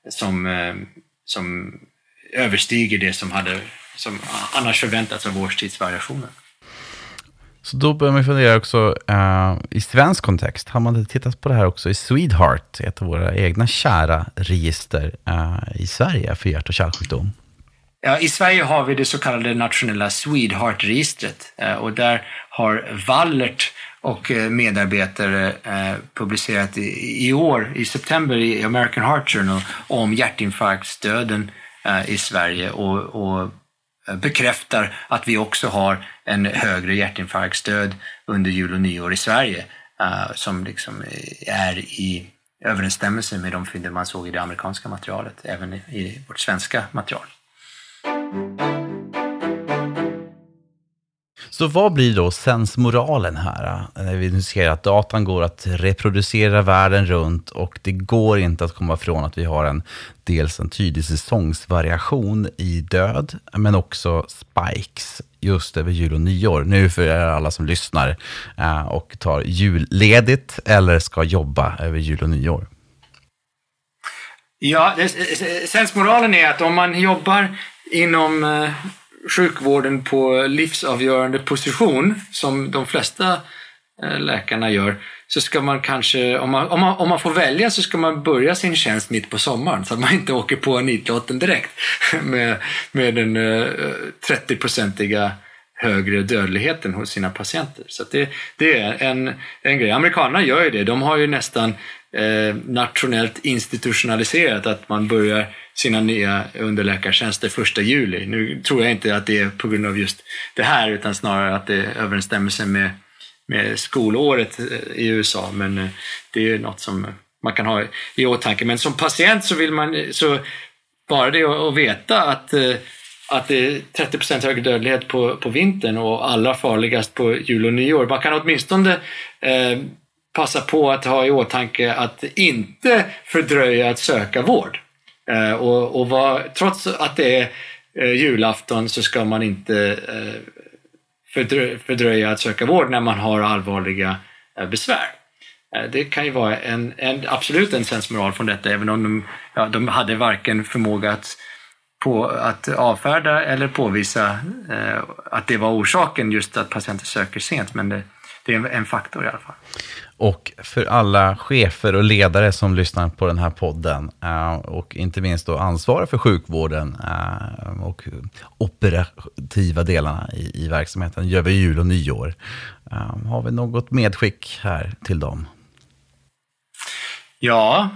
som överstiger det som annars förväntats av årstidsvariationen. Så då börjar man fundera också i svensk kontext. Har man tittat på det här också i Swedeheart, ett av våra egna kära register i Sverige för hjärt- och kärlsjukdom? Ja, i Sverige har vi det så kallade nationella Swedeheart-registret, och där har Wallert och medarbetare publicerat i år, i september, i American Heart Journal om hjärtinfarktsdöden i Sverige, och bekräftar att vi också har en högre hjärtinfarktsdöd under jul och nyår i Sverige, som liksom är i överensstämmelse med de fynd man såg i det amerikanska materialet, även i vårt svenska material. Så vad blir då sensmoralen här? När vi ser att datan går att reproducera världen runt, och det går inte att komma ifrån att vi har dels en tydlig säsongsvariation i död, men också spikes just över jul och nyår. Nu för alla som lyssnar och tar julledigt eller ska jobba över jul och nyår. Ja, sensmoralen är att om man jobbar inom sjukvården på livsavgörande position, som de flesta läkarna gör, så ska man kanske, om man får välja, så ska man börja sin tjänst mitt på sommaren, så att man inte åker på nitlotten direkt med den 30-procentiga högre dödligheten hos sina patienter. Så att det är en grej. Amerikanerna gör ju det. De har ju nästan nationellt institutionaliserat att man börjar sina nya underläkartjänster 1 juli. Nu tror jag inte att det är på grund av just det här, utan snarare att det är överensstämmelse med skolåret i USA. Men det är något som man kan ha i åtanke. Men som patient så vill man, så bara det att veta att det är 30% högre dödlighet på vintern och allra farligast på jul och nyår. Man kan åtminstone passa på att ha i åtanke att inte fördröja att söka vård. Trots att det är julafton, så ska man inte fördröja att söka vård när man har allvarliga besvär. Det kan ju vara absolut en sensmoral från detta, även om de hade varken förmåga att avfärda eller påvisa att det var orsaken just att patienter söker sent, men det är en faktor i alla fall. Och för alla chefer och ledare som lyssnar på den här podden, och inte minst då ansvariga för sjukvården och operativa delarna i verksamheten över jul och nyår, har vi något medskick här till dem? Ja,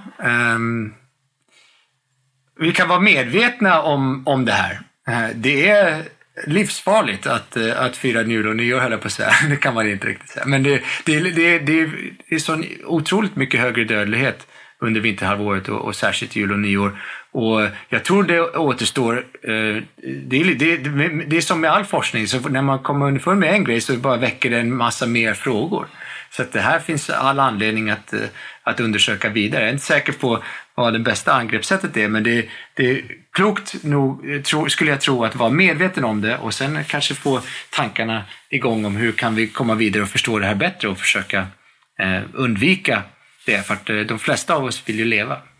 vi kan vara medvetna om det här. Det är livsfarligt att fira jul och nyår, höll jag på att säga. Det kan man inte riktigt säga. Men det är så otroligt mycket högre dödlighet under vinterhalvåret och särskilt jul och nyår. Och jag tror det återstår, det är som med all forskning, så när man kommer underfund med en grej så bara väcker det en massa mer frågor. Så att det här finns all anledning att undersöka vidare. Jag är inte säker på vad det bästa angreppssättet är, men det är klokt nog, skulle jag tro, att vara medveten om det och sen kanske få tankarna igång om hur kan vi komma vidare och förstå det här bättre och försöka undvika det, för att de flesta av oss vill ju leva.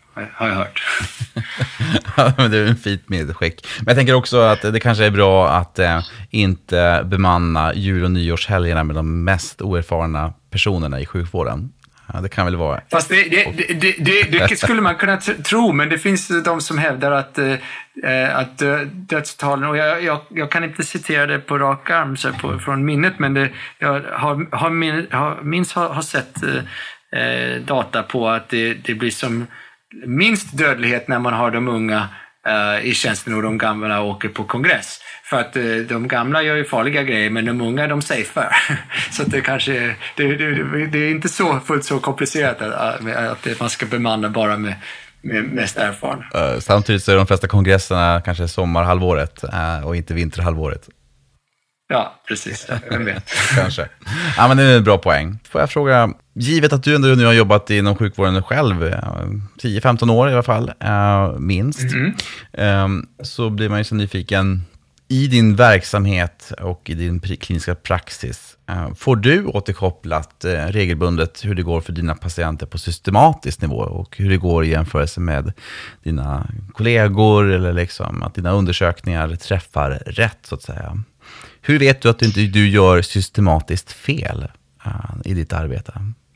har jag hört. Ja, men det är en fint medskick. Men jag tänker också att det kanske är bra att inte bemanna jul- och nyårshelgerna med de mest oerfarna personerna i sjukvården. Ja, det kan väl vara... Fast det skulle man kunna tro, men det finns de som hävdar att dödstalen, och jag kan inte citera det på rak arm från minnet, men jag har sett data på att det blir som minst dödlighet när man har de unga i tjänsten och de gamla åker på kongress. För att de gamla gör ju farliga grejer, men de unga de safear. Så att det kanske det är inte fullt så komplicerat att man ska bemanna bara med mest erfaren. Samtidigt så är de flesta kongresserna kanske sommarhalvåret och inte vinterhalvåret. Ja, precis. Vem vet. Kanske. Ja, men det är en bra poäng. Får jag fråga, givet att du ändå nu har jobbat inom sjukvården själv, 10-15 år i alla fall, minst, så blir man ju så nyfiken i din verksamhet och i din kliniska praxis. Får du återkopplat regelbundet hur det går för dina patienter på systematisk nivå och hur det går i jämförelse med dina kollegor eller liksom att dina undersökningar träffar rätt så att säga? Hur vet du att du gör systematiskt fel i ditt arbete?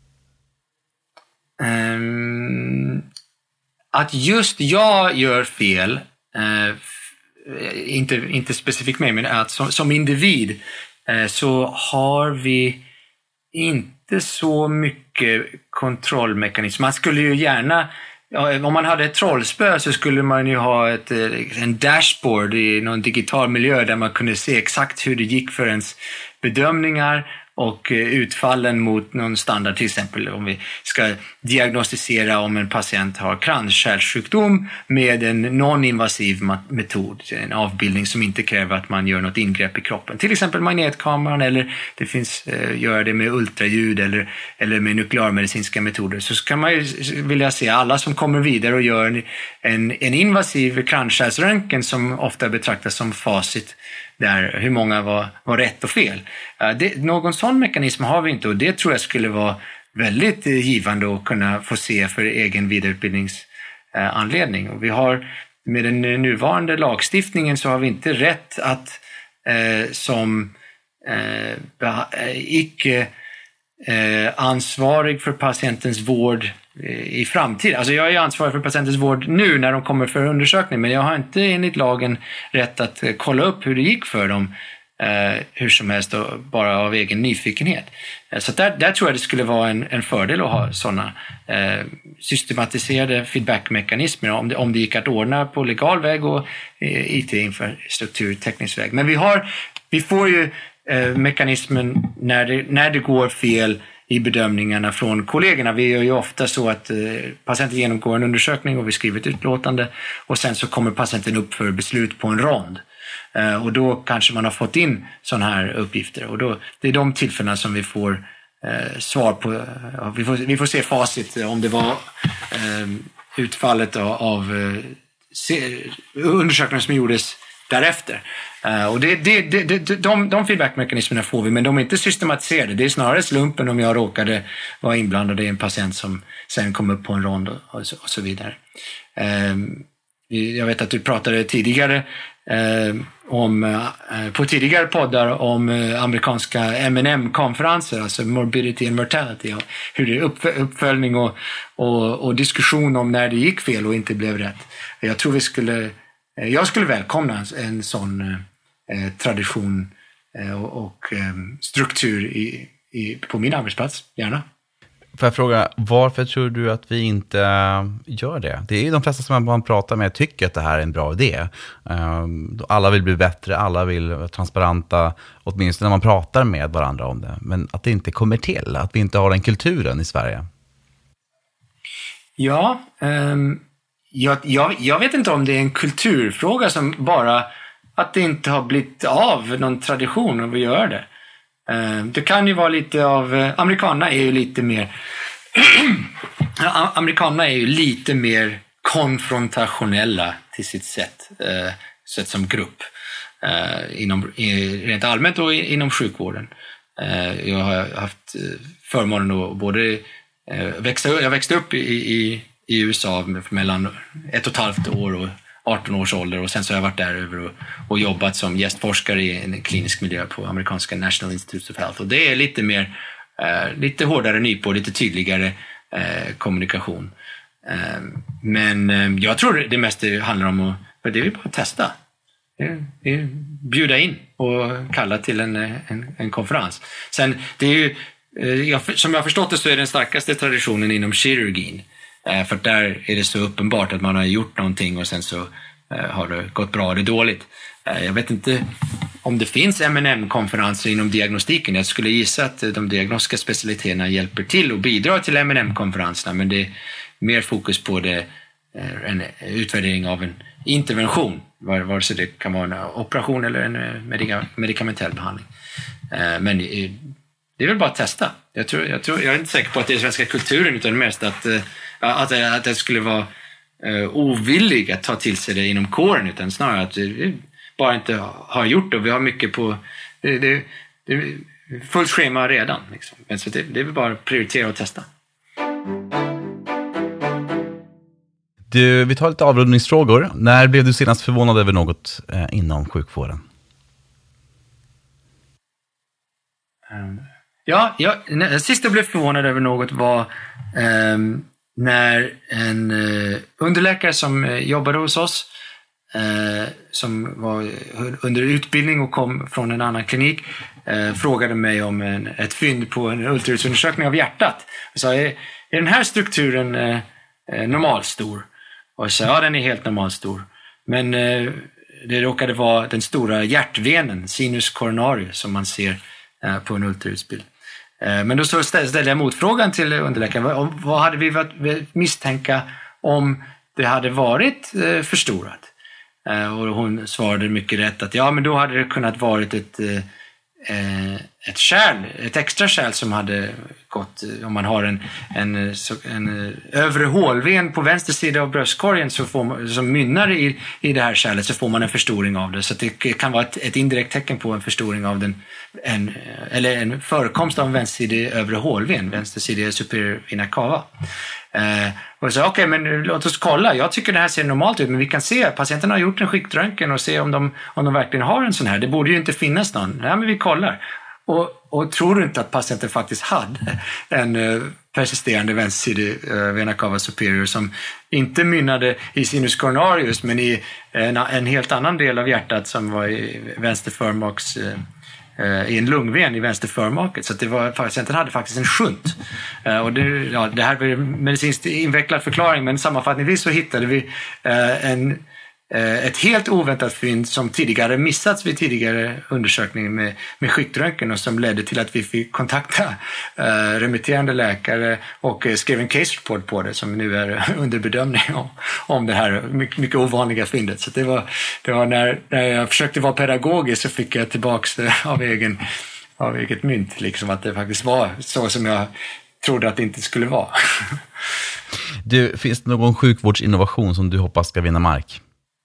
Att just jag gör fel, inte specifikt mig, men att som individ så har vi inte så mycket kontrollmekanism. Man skulle ju gärna, om man hade ett trollspö så skulle man ju ha en dashboard i någon digital miljö där man kunde se exakt hur det gick för ens bedömningar och utfallen mot någon standard, till exempel om vi ska diagnostisera om en patient har kranskärlssjukdom med en non-invasiv metod, en avbildning som inte kräver att man gör något ingrepp i kroppen, till exempel magnetkameran, eller det finns göra det med ultraljud eller med nuklearmedicinska metoder. Så kan man ju vilja se alla som kommer vidare och gör en invasiv kranskärlsröntgen som ofta betraktas som facit där hur många var rätt och fel. Någon sån mekanism har vi inte, och det tror jag skulle vara väldigt givande att kunna få se för egen vidareutbildningsanledning. Och vi har med den nuvarande lagstiftningen så har vi inte rätt att som icke ansvarig för patientens vård i framtiden. Alltså jag är ansvarig för patientens vård nu när de kommer för undersökning, men jag har inte enligt lagen rätt att kolla upp hur det gick för dem hur som helst och bara av egen nyfikenhet. Så där tror jag det skulle vara en fördel att ha sådana systematiserade feedbackmekanismer om det gick att ordna på legal väg och IT-infrastruktur teknisk väg. Men vi får ju mekanismen när det går fel i bedömningarna från kollegorna. Vi gör ju ofta så att patienten genomgår en undersökning och vi skriver ett utlåtande och sen så kommer patienten upp för beslut på en rond. Och då kanske man har fått in sådana här uppgifter och då, det är de tillfällena som vi får svar på. Vi får se facit om det var utfallet av undersökningar som gjordes därefter. Och de feedbackmekanismerna får vi, men de är inte systematiserade. Det är snarare slumpen om jag råkade vara inblandad i en patient som sen kom upp på en rond och så vidare. Jag vet att du pratade tidigare på tidigare poddar om amerikanska M&M-konferenser, alltså Morbidity and Mortality, och hur det är uppföljning och diskussion om när det gick fel och inte blev rätt. Jag skulle välkomna en sån tradition och struktur på min arbetsplats, gärna. Får jag fråga, varför tror du att vi inte gör det? Det är ju de flesta som man pratar med tycker att det här är en bra idé. Alla vill bli bättre, alla vill vara transparenta, åtminstone när man pratar med varandra om det. Men att det inte kommer till, att vi inte har den kulturen i Sverige. Ja, jag vet inte om det är en kulturfråga som bara att det inte har blivit av någon tradition och vi gör det. Det kan ju vara lite av... Amerikanerna är ju lite mer konfrontationella till sitt sätt som grupp. Rent allmänt och inom sjukvården. Jag har haft förmånen att både jag växte upp i i USA mellan 1,5 år och 18 års ålder, och sen så har jag varit där över och jobbat som gästforskare i en klinisk miljö på amerikanska National Institutes of Health, och det är lite mer lite hårdare nypor, lite tydligare kommunikation. Men jag tror det mest handlar om det är bara att testa. Bjuda in och kalla till en konferens. Sen, det är ju, som jag har förstått det, så är den starkaste traditionen inom kirurgin. För där är det så uppenbart att man har gjort någonting och sen så har det gått bra eller dåligt. Jag vet inte om det finns M&M-konferenser inom diagnostiken. Jag skulle gissa att de diagnostiska specialiteterna hjälper till och bidrar till M&M-konferenserna, men det är mer fokus på en utvärdering av en intervention, vare sig det kan vara en operation eller en medikamentell behandling. Men det är väl bara att testa. Jag är inte säker på att det är svenska kulturen, utan mest att det skulle vara ovillig att ta till sig det inom kåren, utan snarare att vi bara inte har gjort det. Vi har mycket på det är fullt schema redan. Liksom. Men så det är väl bara att prioritera och testa. Vi tar lite avrundningsfrågor. När blev du senast förvånad över något inom sjukvården? Sist jag blev förvånad över något var när en underläkare som jobbade hos oss, som var under utbildning och kom från en annan klinik, frågade mig om ett fynd på en ultraljudsundersökning av hjärtat. Jag sa, är den här strukturen normalstor? Och jag sa, ja, den är helt normalstor. Men det råkade vara den stora hjärtvenen, sinus coronarius, som man ser på en ultraljudsbild. Men då så ställde jag motfrågan till underläkaren. Vad hade vi misstänka om det hade varit förstorat? Och hon svarade mycket rätt att ja, men då hade det kunnat varit ett extra kärl som hade gått, om man har en övre hålven på vänster sida av bröstkorgen som mynnar i det här kärlet, så får man en förstoring av det. Så det kan vara ett indirekt tecken på en förstoring av eller en förekomst av en vänstersidig övre hålven, vänstersidig superior vena cava. Och så okej, men låt oss kolla. Jag tycker det här ser normalt ut, men vi kan se att patienten har gjort en skiktröntgen och se om de verkligen har en sån här. Det borde ju inte finnas någon. Ja, men vi kollar. Och tror du inte att patienten faktiskt hade en persisterande vänstersidig vena cava superior som inte mynnade i sinus coronarius, men i en helt annan del av hjärtat som var i vänsterförmaks, i en lungven i vänsterförmaket, så att patienten hade faktiskt en shunt. Och det här var en medicinskt invecklad förklaring, men sammanfattningsvis så hittade vi ett helt oväntat fynd som tidigare missats vid tidigare undersökning med skiktröntgen, och som ledde till att vi fick kontakta remitterande läkare och skrev en case report på det, som nu är under bedömning om det här mycket, mycket ovanliga fyndet. Så det var när jag försökte vara pedagogisk, så fick jag tillbaks av eget mynt, liksom, att det faktiskt var så som jag trodde att det inte skulle vara. Finns det någon sjukvårdsinnovation som du hoppas ska vinna mark?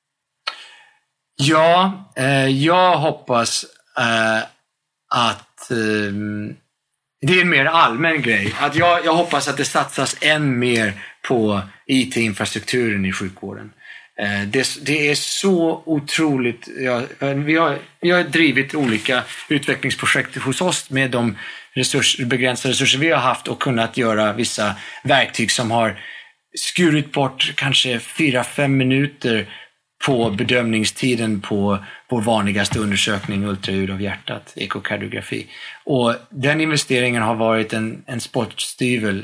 Ja, jag hoppas att det är en mer allmän grej. Att jag hoppas att det satsas än mer på IT-infrastrukturen i sjukvården. Det är så otroligt. Vi har drivit olika utvecklingsprojekt hos oss med de begränsade resurser vi har haft, och kunnat göra vissa verktyg som har skurit bort kanske 4-5 minuter på bedömningstiden på vår vanligaste undersökning, ultraljud av hjärtat, ekokardiografi. Och den investeringen har varit en sportstyvel.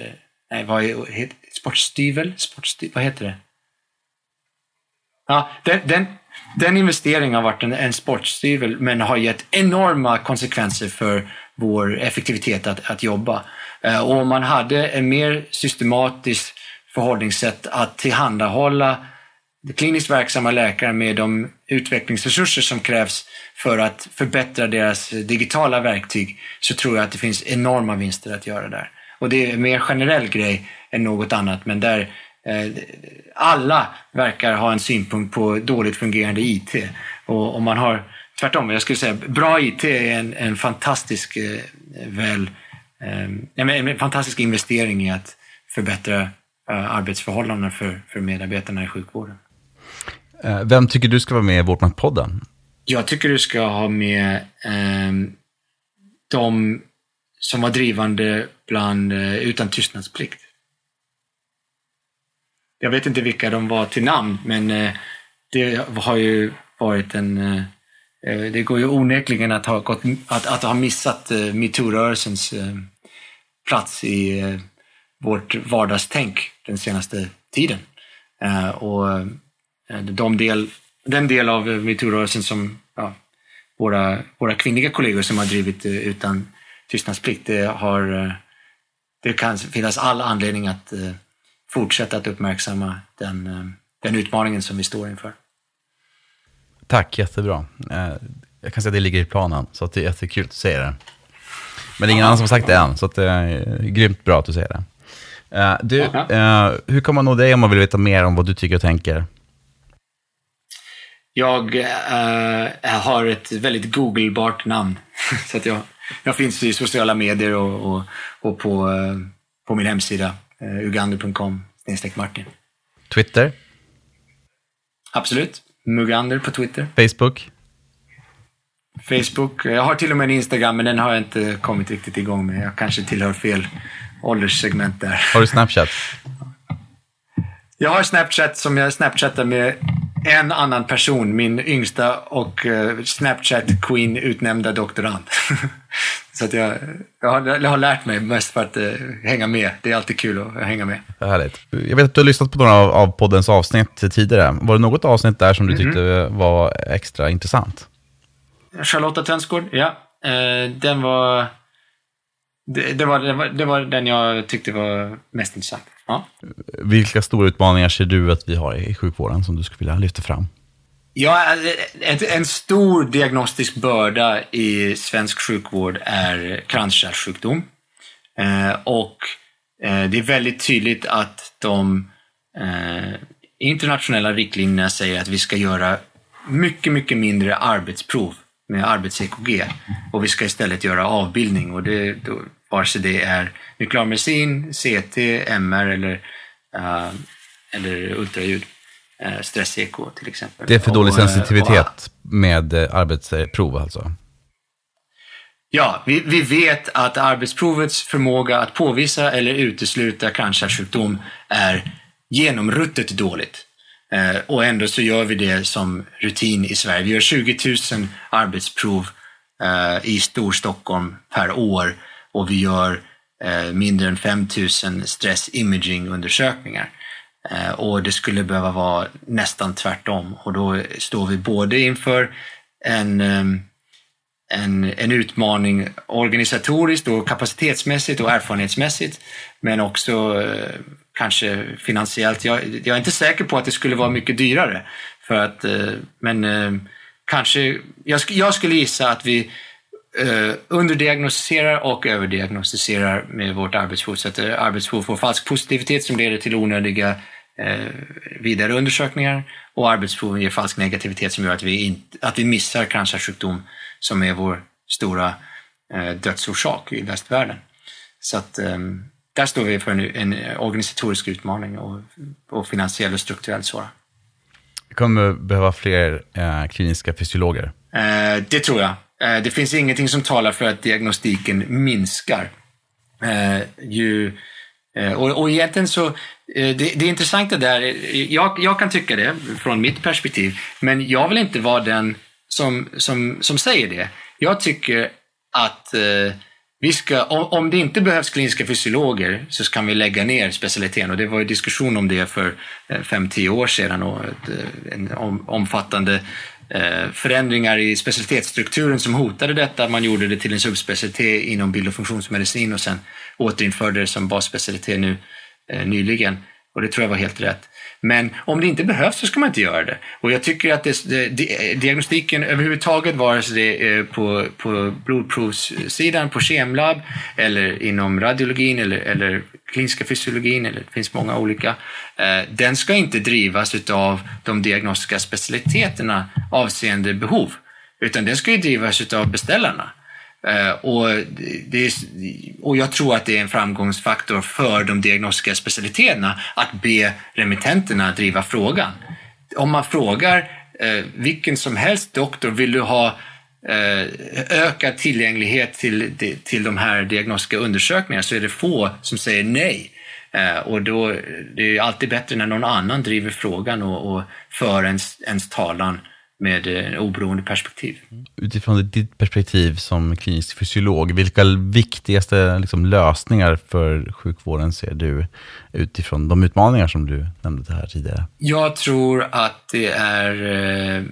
Vad heter det? Ja, den investeringen har varit en sportstyvel, men har gett enorma konsekvenser för vår effektivitet att jobba. Och om man hade en mer systematiskt förhållningssätt att tillhandahålla kliniskt verksamma läkare med de utvecklingsresurser som krävs för att förbättra deras digitala verktyg, så tror jag att det finns enorma vinster att göra där. Och det är en mer generell grej än något annat, men där alla verkar ha en synpunkt på dåligt fungerande IT. Och om man har, tvärtom, jag skulle säga, bra IT är en fantastisk en fantastisk investering i att förbättra arbetsförhållanden för medarbetarna i sjukvården. Vem tycker du ska vara med i Vårdmaktpodden? Jag tycker du ska ha med de som var drivande bland utan tystnadsplikt. Jag vet inte vilka de var till namn, men det har ju varit det går ju onekligen att ha missat MeToo-rörelsens plats i vårt vardagstänk den senaste tiden. Och den del av MeToo-rörelsen som våra kvinnliga kollegor som har drivit utan tystnadsplikt, det kan finnas all anledning att fortsätta att uppmärksamma den utmaningen som vi står inför. Tack, jättebra. Jag kan säga att det ligger i planen, så att det är jättekul att säga det. Men det är ingen annan som har sagt det än, så att det är grymt bra att du säger det. Hur kan man nå dig om man vill veta mer om vad du tycker och tänker? Jag har ett väldigt googlebart namn. Så att jag finns i sociala medier och på min hemsida ugander.com/Martin. Twitter? Absolut. Mugander på Twitter. Facebook. Jag har till och med en Instagram, men den har jag inte kommit riktigt igång med. Jag kanske tillhör fel ålderssegment där. Har du Snapchat? Jag har Snapchat som jag snapchattar med en annan person, min yngsta och Snapchat-queen utnämnda doktorand. Så att jag har lärt mig mest för att hänga med. Det är alltid kul att hänga med. Härligt. Jag vet att du har lyssnat på några av poddens avsnitt tidigare. Var det något avsnitt där som du tyckte var extra intressant? Charlotta Tönsgård, ja. Den var... Det var den jag tyckte var mest intressant. Ja. Vilka stora utmaningar ser du att vi har i sjukvården som du skulle vilja lyfta fram? Ja, en stor diagnostisk börda i svensk sjukvård är kranskärlssjukdom. Och det är väldigt tydligt att de internationella riktlinjerna säger att vi ska göra mycket, mycket mindre arbetsprov med arbets-EKG. Och vi ska istället göra avbildning. Och vare sig det är nuklearmedicin, CT, MR eller ultraljud. Stress-eko till exempel. Det är för dålig sensitivitet med arbetsprov alltså? Ja, vi vet att arbetsprovets förmåga att påvisa eller utesluta kranskärlssjukdom är genomruttet dåligt. Och ändå så gör vi det som rutin i Sverige. Vi gör 20 000 arbetsprov i Storstockholm per år och vi gör mindre än 5 000 stress-imaging-undersökningar. Och det skulle behöva vara nästan tvärtom. Och då står vi både inför en utmaning organisatoriskt och kapacitetsmässigt och erfarenhetsmässigt, men också kanske finansiellt. Jag är inte säker på att det skulle vara mycket dyrare, men kanske jag skulle gissa att vi underdiagnostiserar och överdiagnostiserar med vårt arbetsprov, så att arbetsprov får falsk positivitet som leder till onödiga vidare undersökningar, och arbetsproven ger falsk negativitet som gör att vi missar kranskärlssjukdom som är vår stora dödsorsak i västvärlden. Så att där står vi för en organisatorisk utmaning och finansiell och strukturell sådan. Vi kommer behöva fler kliniska fysiologer. Det tror jag. Det finns ingenting som talar för att diagnostiken minskar. Och egentligen så, det är intressant det där. Jag kan tycka det från mitt perspektiv, men jag vill inte vara den som säger det. Jag tycker att vi ska, om det inte behövs kliniska fysiologer, så kan vi lägga ner specialiteten. Och det var ju diskussion om det för 5-10 år sedan, och en omfattande förändringar i specialitetsstrukturen som hotade detta. Man gjorde det till en subspecialitet inom bild- och funktionsmedicin och sen återinförde det som basspecialitet nu nyligen. Och det tror jag var helt rätt. Men om det inte behövs så ska man inte göra det. Och jag tycker att diagnostiken överhuvudtaget, vare sig det är på blodprovssidan, på kemlabb eller inom radiologin eller kliniska fysiologin, eller det finns många olika, den ska inte drivas av de diagnostiska specialiteterna avseende behov, utan den ska ju drivas av beställarna. Och jag tror att det är en framgångsfaktor för de diagnostiska specialiteterna att be remittenterna driva frågan. Om man frågar vilken som helst doktor, vill du ha ökad tillgänglighet till de här diagnostiska undersökningarna, så är det få som säger nej. Och då det är alltid bättre när någon annan driver frågan och för ens talan med oberoende perspektiv. Utifrån ditt perspektiv som klinisk fysiolog, vilka viktigaste lösningar för sjukvården ser du utifrån de utmaningar som du nämnde här tidigare? Jag tror att det är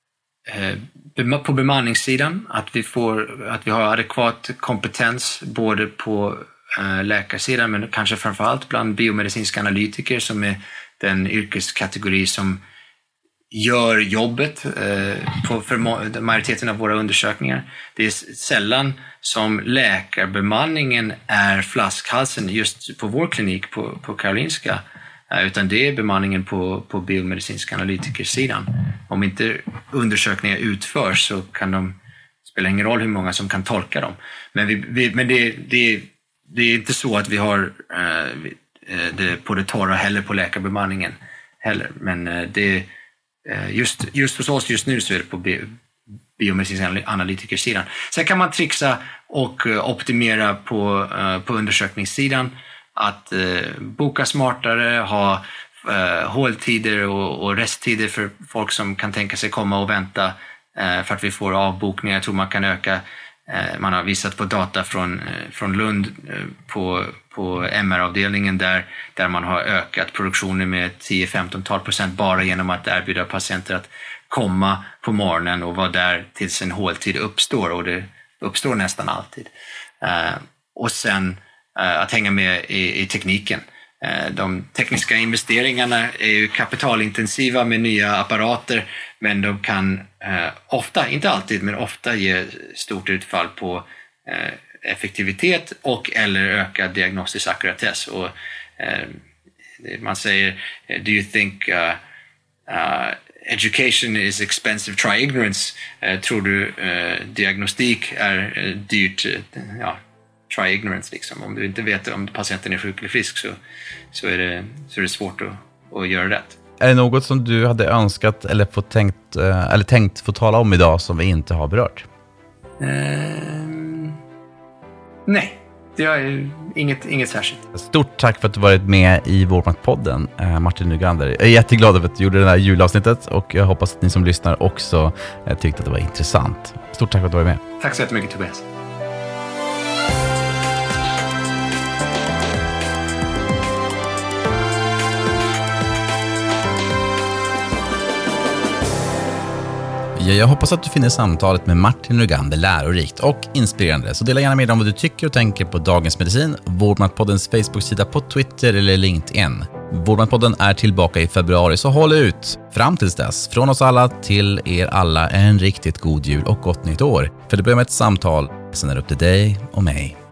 på bemanningssidan att vi har adekvat kompetens både på läkarsidan, men kanske framförallt bland biomedicinska analytiker, som är den yrkeskategori som gör jobbet för majoriteten av våra undersökningar. Det är sällan som läkarbemanningen är flaskhalsen just på vår klinik på Karolinska, utan det är bemanningen på biomedicinska analytikersidan. Om inte undersökningar utförs så spelar ingen roll hur många som kan tolka dem. Men det är inte så att vi har det på det torra heller på läkarbemanningen heller. Men just hos oss just nu så är det på biomedicinska analytikersidan. Sen kan man trixa och optimera på undersökningssidan, att boka smartare, ha håltider och resttider för folk som kan tänka sig komma och vänta för att vi får avbokningar. Jag tror man kan öka, man har visat på data från Lund på MR-avdelningen där man har ökat produktionen med 10-15% bara genom att erbjuda patienter att komma på morgonen och vara där tills en håltid uppstår, och det uppstår nästan alltid. Och sen att hänga med i tekniken. De tekniska investeringarna är ju kapitalintensiva med nya apparater, men de kan ofta, inte alltid, men ofta ge stort utfall på effektivitet och eller ökad diagnostisk ackuratess. Och man säger, do you think education is expensive, try ignorance? Tror du diagnostik är dyrt? Try ignorance liksom. Om du inte vet om patienten är sjuk eller frisk så är det svårt att göra rätt. Är det något som du hade önskat eller tänkt få tala om idag som vi inte har berört? Nej, det är inget särskilt. Stort tack för att du varit med i Vårdmaktpodden, Martin Nygander. Jag är jätteglad över att du gjorde det här julavsnittet, och jag hoppas att ni som lyssnar också tyckte att det var intressant. Stort tack för att du var med. Tack så jättemycket, Tobias. Jag hoppas att du finner samtalet med Martin Nygander lärorikt och inspirerande. Så dela gärna med dig om vad du tycker och tänker på Dagens Medicin, Vårdmaktpoddens Facebook-sida, på Twitter eller LinkedIn. Vårdmaktpodden är tillbaka i februari, så håll ut. Fram tills dess, från oss alla till er alla, en riktigt god jul och gott nytt år. För det börjar med ett samtal, sen är det upp till dig och mig.